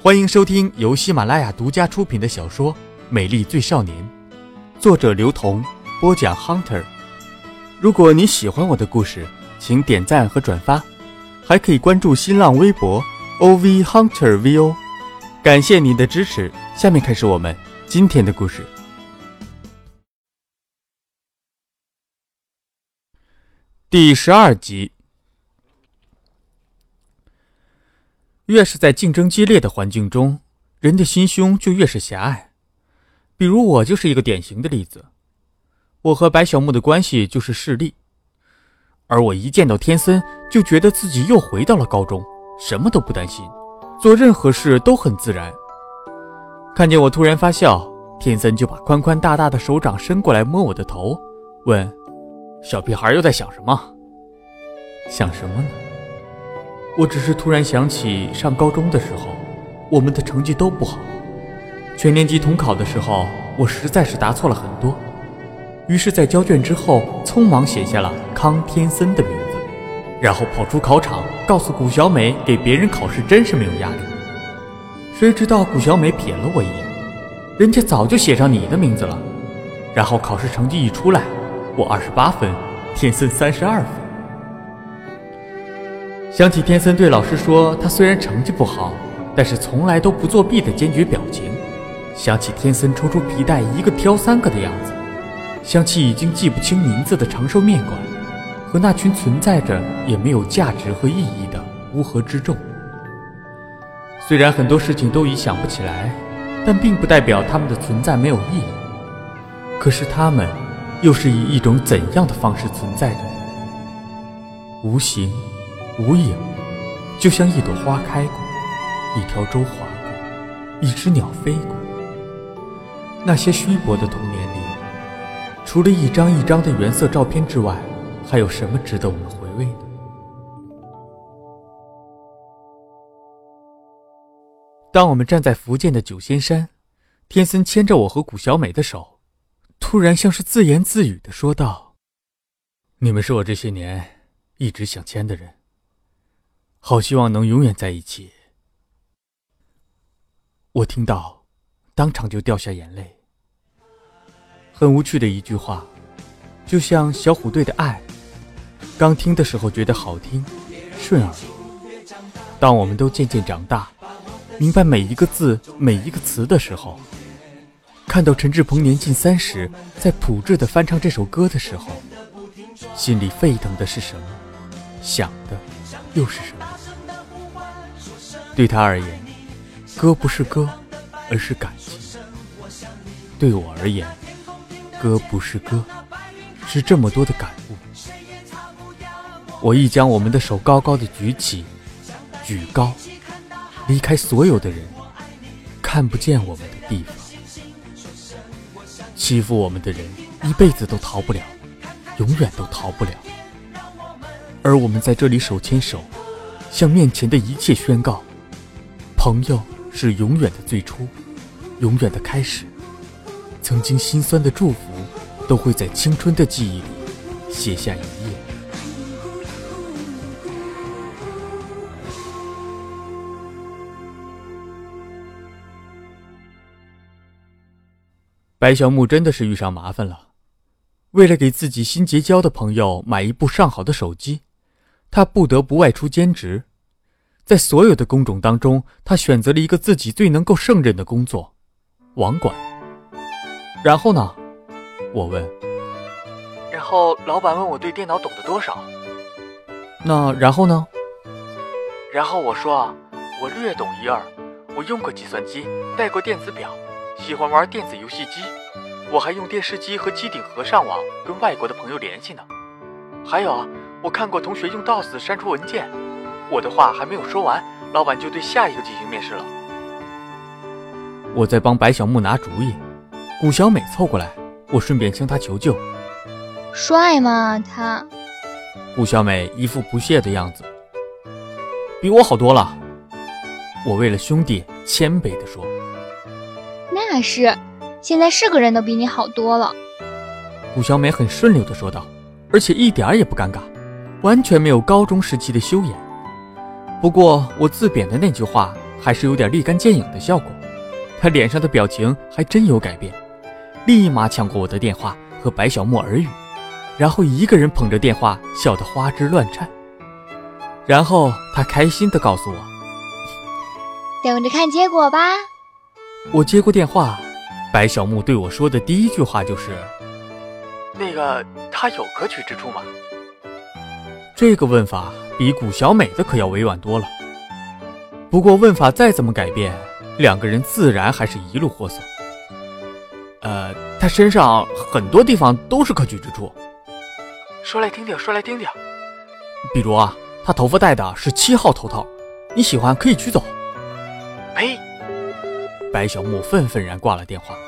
欢迎收听由喜马拉雅独家出品的小说《美丽最少年》，作者刘同，播讲 Hunter。如果你喜欢我的故事，请点赞和转发，还可以关注新浪微博 OV Hunter VO。感谢你的支持，下面开始我们今天的故事。第12集。越是在竞争激烈的环境中，人的心胸就越是狭隘。比如我就是一个典型的例子，我和白小木的关系就是势利，而我一见到天森就觉得自己又回到了高中，什么都不担心，做任何事都很自然。看见我突然发笑，天森就把宽宽大大的手掌伸过来摸我的头，问：小屁孩又在想什么？想什么呢？我只是突然想起上高中的时候，我们的成绩都不好，全年级统考的时候，我实在是答错了很多，于是在交卷之后匆忙写下了康天森的名字，然后跑出考场告诉谷小美，给别人考试真是没有压力。谁知道谷小美瞥了我一眼，人家早就写上你的名字了。然后考试成绩一出来，我28分，天森32分。想起天森对老师说他虽然成绩不好，但是从来都不作弊的坚决表情，想起天森抽出皮带一个挑3个的样子，想起已经记不清名字的长寿面馆和那群存在着也没有价值和意义的乌合之众。虽然很多事情都已想不起来，但并不代表他们的存在没有意义。可是他们又是以一种怎样的方式存在着呢？无形无影，就像一朵花开过，一条舟划过，一只鸟飞过。那些虚薄的童年里，除了一张一张的原色照片之外，还有什么值得我们回味呢？当我们站在福建的九仙山，天森牵着我和谷小美的手，突然像是自言自语地说道：你们是我这些年一直想牵的人，好希望能永远在一起。我听到当场就掉下眼泪。很无趣的一句话，就像小虎队的爱，刚听的时候觉得好听顺耳，当我们都渐渐长大，明白每一个字每一个词的时候，看到陈志朋年近30在朴质地翻唱这首歌的时候，心里沸腾的是什么，想的又是什么？对他而言，歌不是歌，而是感情。对我而言，歌不是歌，是这么多的感悟。我亦将我们的手高高的举起，举高，离开所有的人，看不见我们的地方。欺负我们的人一辈子都逃不了，永远都逃不了。而我们在这里手牵手，向面前的一切宣告：朋友是永远的最初，永远的开始。曾经心酸的祝福，都会在青春的记忆里写下一页。白小木真的是遇上麻烦了。为了给自己新结交的朋友买一部上好的手机，他不得不外出兼职。在所有的工种当中，他选择了一个自己最能够胜任的工作——网管。然后呢？我问。然后老板问我对电脑懂得多少。那然后呢？然后我说我略懂一二，我用过计算机，带过电子表，喜欢玩电子游戏机，我还用电视机和机顶盒上网，跟外国的朋友联系呢。还有我看过同学用 DOS 删除文件。我的话还没有说完，老板就对下一个进行面试了。我在帮白小木拿主意，谷小美凑过来，我顺便向他求救。 帅吗他？ 谷小美一副不屑的样子。比我好多了。我为了兄弟谦卑地说。 那是，现在是个人都比你好多了。 谷小美很顺溜地说道，而且一点也不尴尬，完全没有高中时期的羞颜。不过我自贬的那句话还是有点立竿见影的效果，他脸上的表情还真有改变，立马抢过我的电话和白小木耳语，然后一个人捧着电话笑得花枝乱颤。然后他开心地告诉我， 等着看结果吧。 我接过电话，白小木对我说的第一句话就是，那个他有可取之处吗？这个问法比谷小美的可要委婉多了。不过问法再怎么改变，两个人自然还是一路货色。他身上很多地方都是可取之处。说来听听，说来听听。比如啊，他头发戴的是7号头套，你喜欢可以取走。呸！白小木愤愤然挂了电话。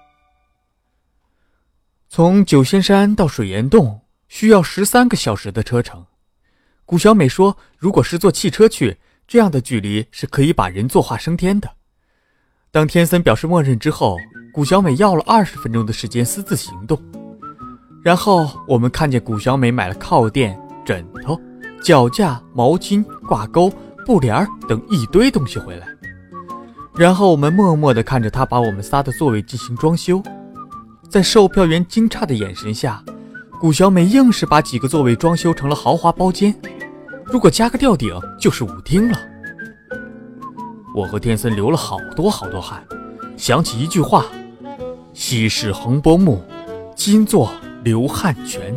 从九仙山到水帘洞需要13个小时的车程。谷小美说，如果是坐汽车去，这样的距离是可以把人坐化升天的。当天森表示默认之后，谷小美要了20分钟的时间私自行动。然后我们看见谷小美买了靠垫、枕头、脚架、毛巾、挂钩、布帘等一堆东西回来。然后我们默默地看着她把我们仨的座位进行装修。在售票员惊诧的眼神下，谷小美硬是把几个座位装修成了豪华包间，如果加个吊顶就是舞厅了。我和天森流了好多汗，想起一句话，西施横波目，今作流汗泉。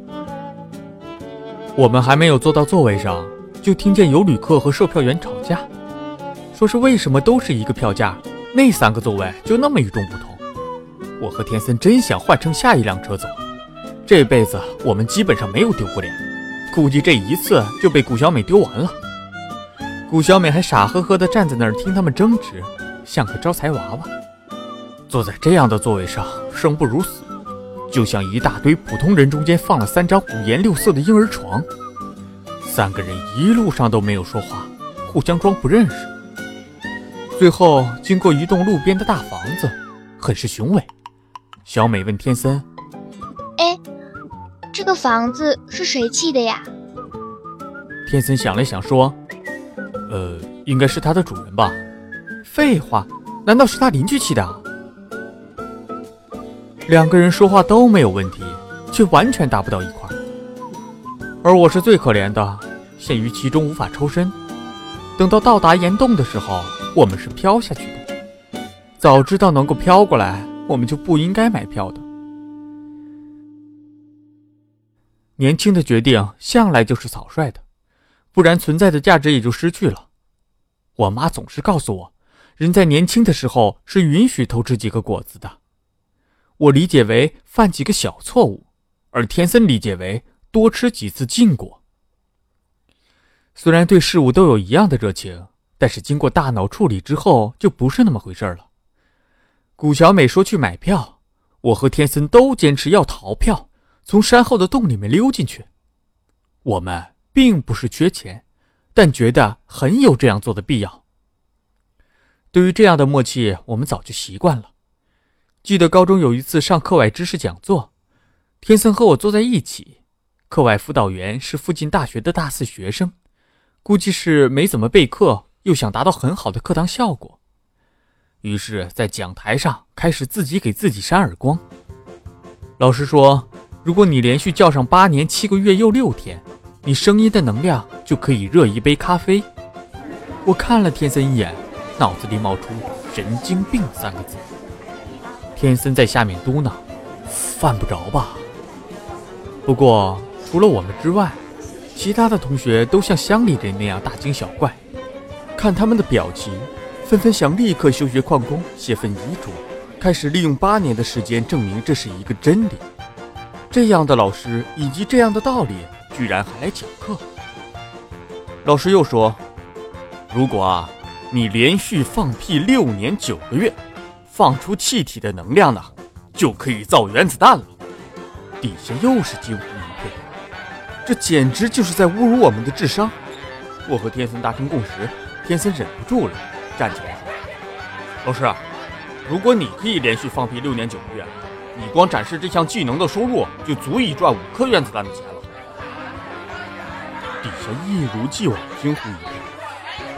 我们还没有坐到座位上，就听见有旅客和售票员吵架，说是为什么都是一个票价，那3个座位就那么与众不同。我和天森真想换乘下一辆车走，这辈子我们基本上没有丢过脸，估计这一次就被谷小美丢完了。谷小美还傻呵呵地站在那儿听他们争执，像个招财娃娃。坐在这样的座位上，生不如死，就像一大堆普通人中间放了3张5颜6色的婴儿床。3个人一路上都没有说话，互相装不认识。最后经过一栋路边的大房子，很是雄伟。小美问天森， 这个房子是谁砌的呀？ 天森想了想说，应该是他的主人吧。废话，难道是他邻居砌的？2个人说话都没有问题，却完全达不到一块儿。而我是最可怜的，陷于其中无法抽身。等到达岩洞的时候，我们是飘下去的。早知道能够飘过来，我们就不应该买票的。年轻的决定向来就是草率的，不然存在的价值也就失去了。我妈总是告诉我，人在年轻的时候是允许偷吃几个果子的。我理解为犯几个小错误，而天森理解为多吃几次禁果。虽然对事物都有一样的热情，但是经过大脑处理之后就不是那么回事了。谷小美说去买票，我和天森都坚持要逃票，从山后的洞里面溜进去。我们并不是缺钱，但觉得很有这样做的必要。对于这样的默契，我们早就习惯了。记得高中有一次上课外知识讲座，天森和我坐在一起，课外辅导员是附近大学的大4学生，估计是没怎么备课，又想达到很好的课堂效果，于是在讲台上开始自己给自己扇耳光。老师说，如果你连续叫上8年7个月又6天，你声音的能量就可以热一杯咖啡。我看了天森一眼，脑子里冒出神经病3个字。天森在下面嘟囔，犯不着吧。不过除了我们之外，其他的同学都像乡里人那样大惊小怪，看他们的表情，纷纷想立刻休学旷工，写份遗嘱，开始利用8年的时间证明这是一个真理。这样的老师以及这样的道理，居然还来讲课。老师又说，如果你连续放屁6年9个月，放出气体的能量呢，就可以造原子弹了。底下又是惊呼一片，这简直就是在侮辱我们的智商。我和天森达成共识，天森忍不住了，站起来说，老师，如果你可以连续放屁6年9个月，你光展示这项技能的收入就足以赚5颗原子弹的钱了。底下一如既往惊呼一片。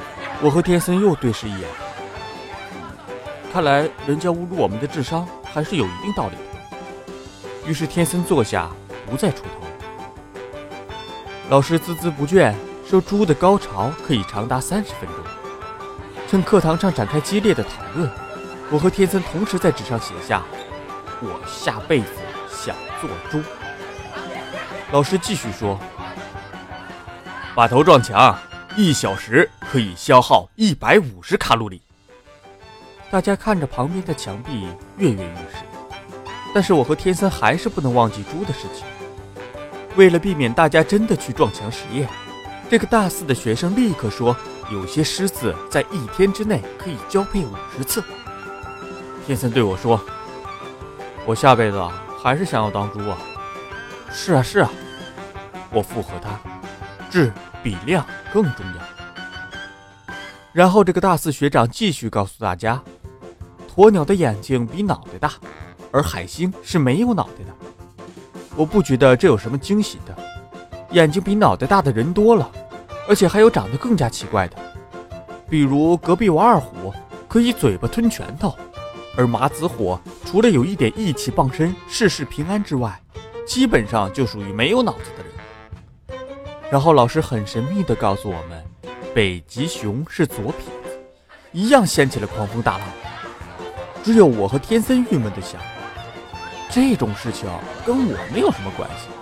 我和天森又对视一眼，看来人家侮辱我们的智商还是有一定道理的。于是天森坐下，不再出头。老师孜孜不倦说，猪的高潮可以长达30分钟。趁课堂上展开激烈的讨论，我和天森同时在纸上写下：我下辈子想做猪。老师继续说，把头撞墙1小时可以消耗150卡路里。大家看着旁边的墙壁跃跃欲试，但是我和天森还是不能忘记猪的事情。为了避免大家真的去撞墙实验，这个大4的学生立刻说，有些狮子在1天之内可以交配50次。天森对我说，我下辈子还是想要当猪啊。是啊是啊，我附和他，质比量更重要。然后这个大4学长继续告诉大家，鸵鸟的眼睛比脑袋大，而海星是没有脑袋的。我不觉得这有什么惊喜的，眼睛比脑袋大的人多了，而且还有长得更加奇怪的，比如隔壁王二虎可以嘴巴吞拳头，而麻子虎除了有一点义气傍身事事平安之外，基本上就属于没有脑子的人。然后老师很神秘地告诉我们，北极熊是左撇子，一样掀起了狂风大浪。只有我和天森郁闷地想，这种事情跟我没有什么关系。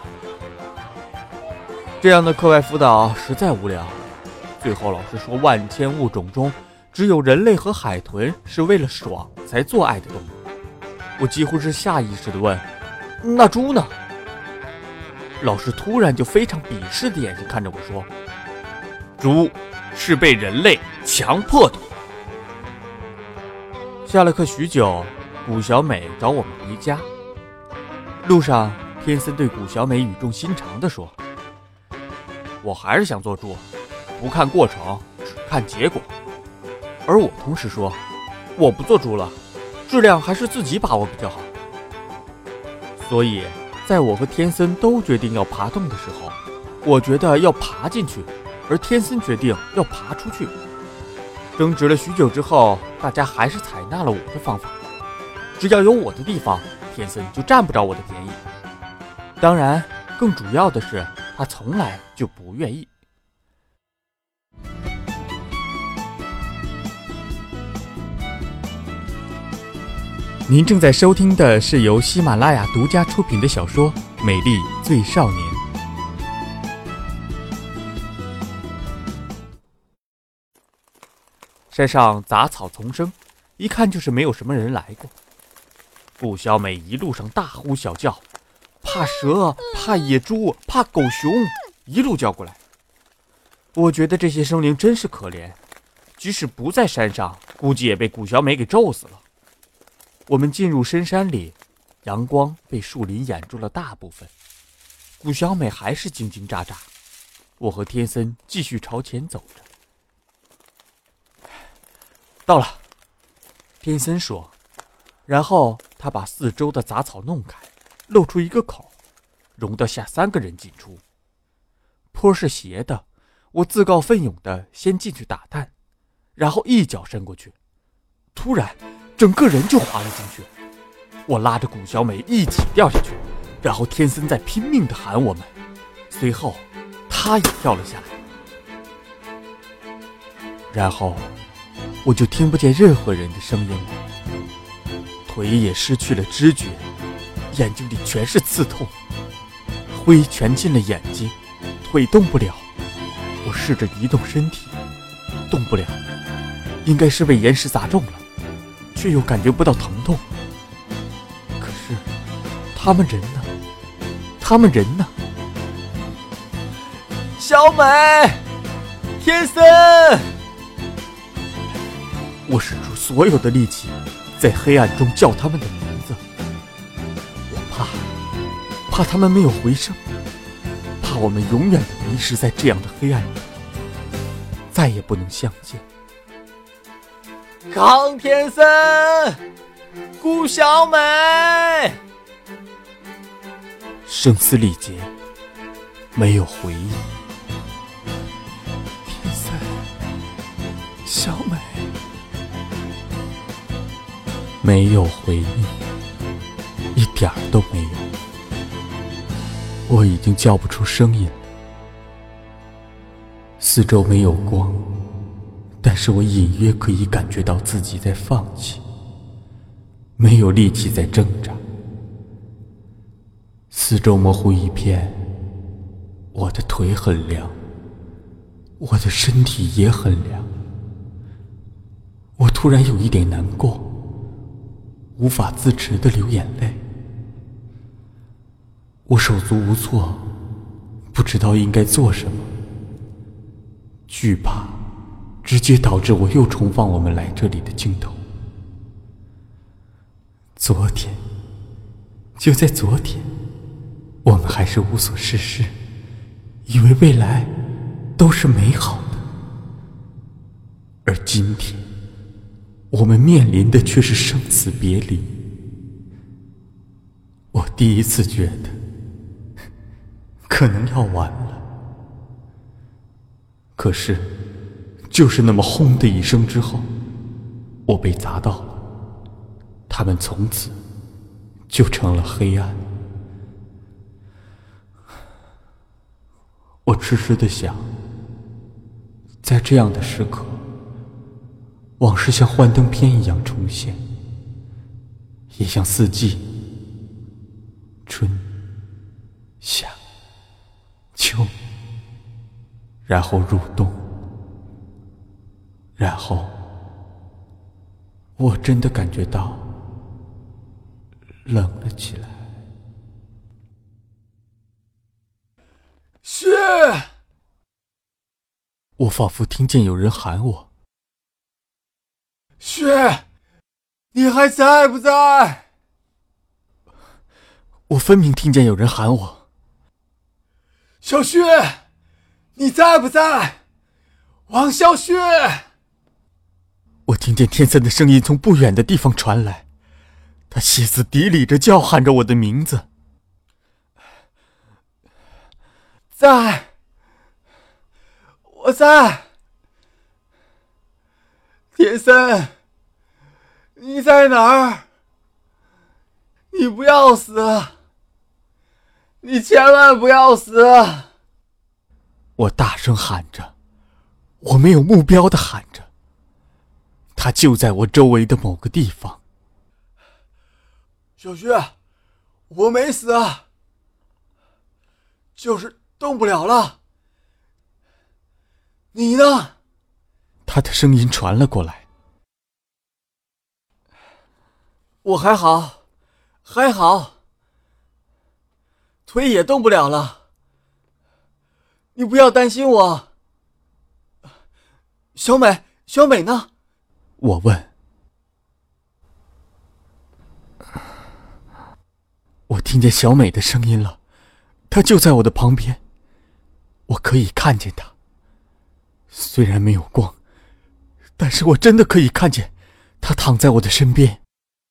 这样的课外辅导实在无聊。最后老师说，万千物种中只有人类和海豚是为了爽才做爱的动物。我几乎是下意识地问，那猪呢？老师突然就非常鄙视的眼睛看着我说，猪是被人类强迫的。下了课许久，谷小美找我们回家。路上，天森对谷小美语重心长地说，我还是想做猪，不看过程，只看结果。而我同时说，我不做猪了，质量还是自己把握比较好。所以在我和天森都决定要爬洞的时候，我觉得要爬进去，而天森决定要爬出去。争执了许久之后，大家还是采纳了我的方法，只要有我的地方，天森就占不着我的便宜。当然，更主要的是，他从来就不愿意。您正在收听的是由喜马拉雅独家出品的小说《美丽最少年》。山上杂草丛生，一看就是没有什么人来过。顾小美一路上大呼小叫，怕蛇，怕野猪，怕狗熊，一路叫过来。我觉得这些生灵真是可怜，即使不在山上，估计也被顾小美给咒死了。我们进入深山里，阳光被树林掩住了大部分，顾小美还是叽叽喳喳。我和天森继续朝前走着。到了，天森说，然后他把四周的杂草弄开，露出一个口，容得下3个人进出。坡是斜的，我自告奋勇的先进去打蛋，然后一脚伸过去，突然整个人就滑了进去。我拉着谷小美一起掉下去，然后天森在拼命地喊我们，随后他也跳了下来，然后我就听不见任何人的声音了，腿也失去了知觉，眼睛里全是刺痛，灰全进了眼睛，腿动不了。我试着移动身体，动不了，应该是被岩石砸中了，却又感觉不到疼痛。可是他们人呢？他们人呢？小美，天森！我使出所有的力气，在黑暗中叫他们的名字。我怕他们没有回声，怕我们永远的迷失在这样的黑暗中，再也不能相见。康天森，顾小美，声嘶力竭，没有回应。天森， 小美。没有回应，一点儿都没有。我已经叫不出声音了。四周没有光，但是我隐约可以感觉到自己在放弃，没有力气在挣扎。四周模糊一片，我的腿很凉，我的身体也很凉。我突然有一点难过，无法自持地流眼泪。我手足无措，不知道应该做什么。惧怕直接导致我又重放我们来这里的镜头。昨天，就在昨天，我们还是无所事事，以为未来都是美好的。而今天，我们面临的却是生死别离。我第一次觉得可能要完了。可是就是那么轰的一声之后，我被砸到了，他们从此就成了黑暗。我痴痴地想，在这样的时刻，往事像幻灯片一样重现，也像四季，春夏秋，然后入冬，然后我真的感觉到冷了起来。 雪， 我仿佛听见有人喊我。 雪，你还在不在？ 我分明听见有人喊我。 小雪，你在不在？王小雪。 我听见天森的声音从不远的地方传来，他歇斯底里着叫喊着我的名字。 在，我在。天森，你在哪儿？你不要死，你千万不要死！ 我大声喊着，我没有目标地喊着，他就在我周围的某个地方。 小雪，我没死，就是动不了了。你呢？ 他的声音传了过来。 我还好，还好，腿也动不了了。你不要担心我。小美，小美呢？ 我问。我听见小美的声音了，她就在我的旁边，我可以看见她。虽然没有光，但是我真的可以看见她躺在我的身边。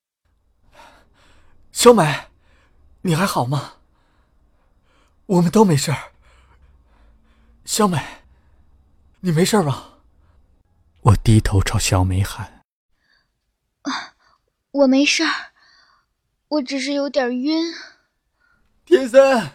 小美，你还好吗？我们都没事儿。小美，你没事吧？ 我低头朝小美喊： 我没事儿，我只是有点晕。 天森，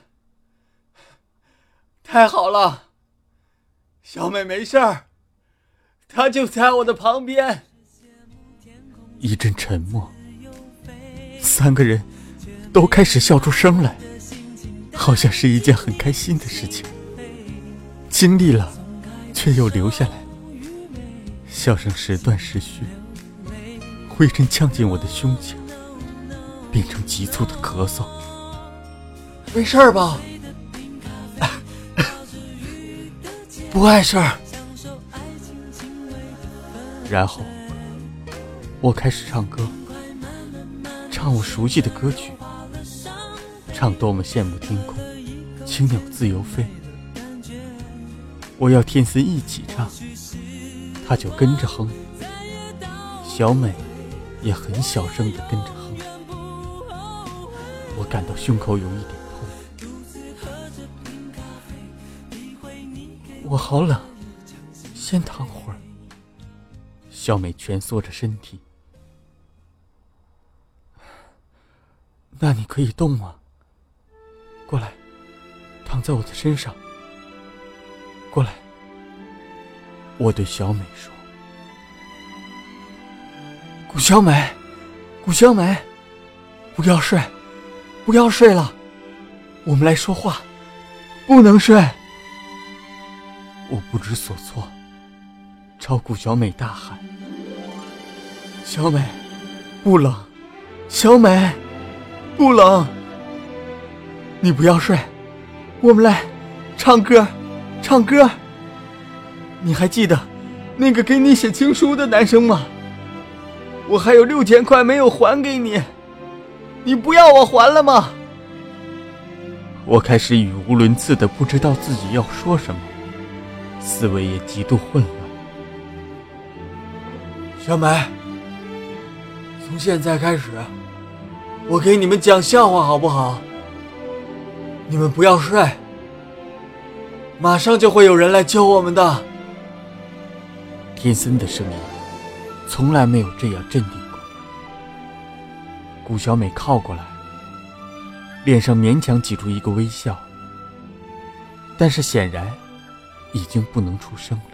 太好了，小美没事儿，她就在我的旁边。 一阵沉默，三个人都开始笑出声来，好像是一件很开心的事情。经历了，却又留下来，笑声时断时续，灰尘呛进我的胸腔，变成急促的咳嗽。 没事吧？不碍事儿。 然后我开始唱歌，唱我熟悉的歌曲，唱多么羡慕天空，青鸟自由飞。我要天森一起唱，他就跟着哼，小美也很小声地跟着哼。我感到胸口有一点痛，我好冷，先躺会儿。 小美蜷缩着身体。那你可以动吗？过来，躺在我的身上。过来，我对小美说。 顾小美，顾小美，不要睡，不要睡了，我们来说话，不能睡。 我不知所措，朝顾小美大喊： 小美，不冷，小美，不冷，你不要睡，我们来唱歌，唱歌。你还记得那个给你写情书的男生吗？我还有6000块没有还给你，你不要我还了吗？ 我开始语无伦次的不知道自己要说什么，思维也极度混乱。 小美，从现在开始，我给你们讲笑话好不好？你们不要睡，马上就会有人来救我们的。 天森的声音从来没有这样镇定过。顾小美靠过来，脸上勉强挤出一个微笑，但是显然已经不能出声了。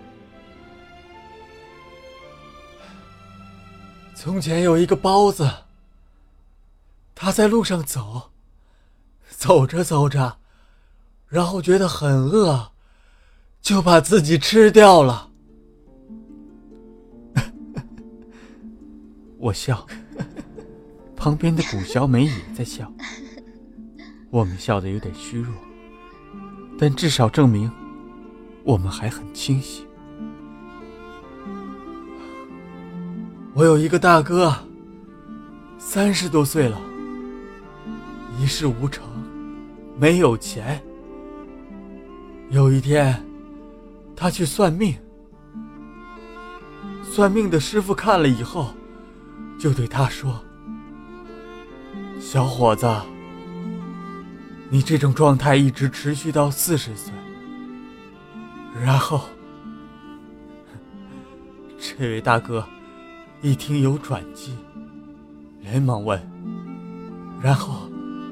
从前有一个包子，他在路上走，走着走着，然后觉得很饿，就把自己吃掉了。 我笑，旁边的顾小美也在笑。我们笑得有点虚弱，但至少证明我们还很清醒。 我有一个大哥，30多岁了，一事无成，没有钱。有一天他去算命，算命的师傅看了以后就对他说：小伙子，你这种状态一直持续到40岁。然后这位大哥一听有转机，连忙问：然后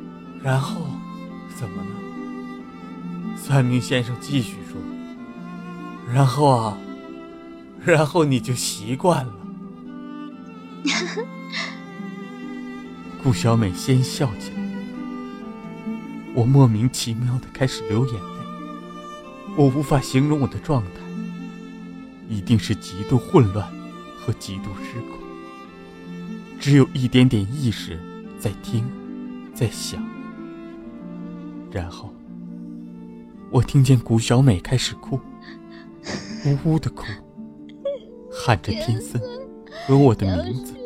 怎么呢？算命先生继续说：然后你就习惯了。 顾小美先笑起来，我莫名其妙地开始流眼泪。我无法形容我的状态，一定是极度混乱和极度失控，只有一点点意识在听，在想。然后我听见顾小美开始哭，呜呜地哭，喊着天森和我的名字。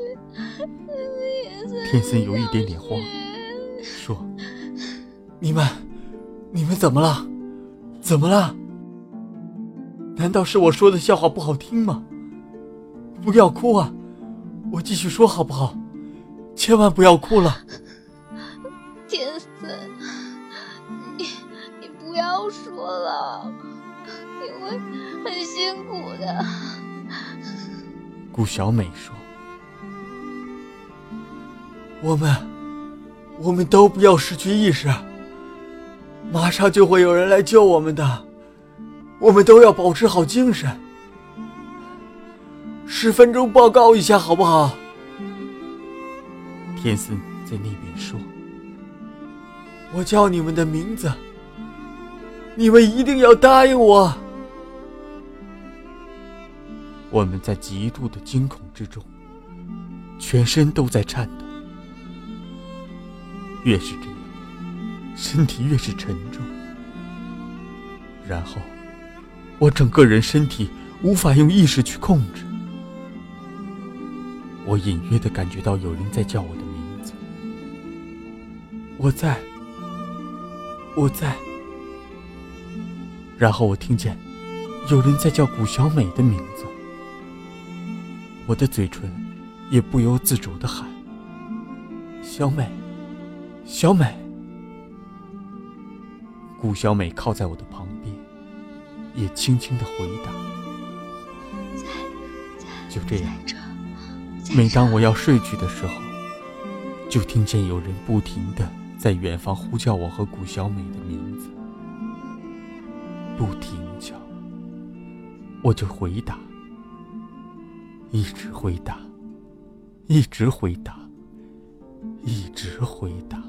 天森有一点点慌，说： 你们怎么了？怎么了？难道是我说的笑话不好听吗？不要哭啊，我继续说好不好？千万不要哭了。 天森，你不要说了，因为很辛苦的。 顾小美说： 我们都不要失去意识，马上就会有人来救我们的，我们都要保持好精神。10分钟报告一下好不好？ 天森在那边说： 我叫你们的名字，你们一定要答应我。 我们在极度的惊恐之中，全身都在颤抖。越是这样，身体越是沉重。然后我整个人身体无法用意识去控制。我隐约地感觉到有人在叫我的名字。我在。然后我听见有人在叫顾小美的名字，我的嘴唇也不由自主地喊：小美，小美。顾小美靠在我的旁边，也轻轻地回答：在。就就这样，每当我要睡去的时候，就听见有人不停地在远方呼叫我和谷小美的名字，不停叫，我就回答，一直回答，一直回答，一直回答。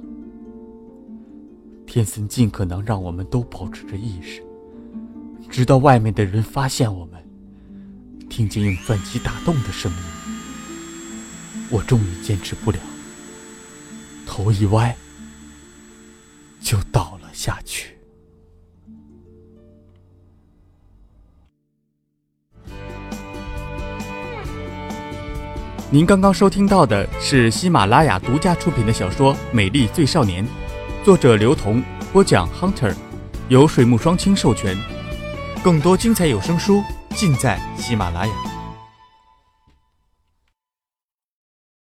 天森尽可能让我们都保持着意识，直到外面的人发现我们，听见用钻机打洞的声音，我终于坚持不了，头一歪就倒了下去。 您刚刚收听到的是喜马拉雅独家出品的小说《美丽最少年》，作者刘同，播讲 Hunter， 由水木双清授权。更多精彩有声书尽在喜马拉雅。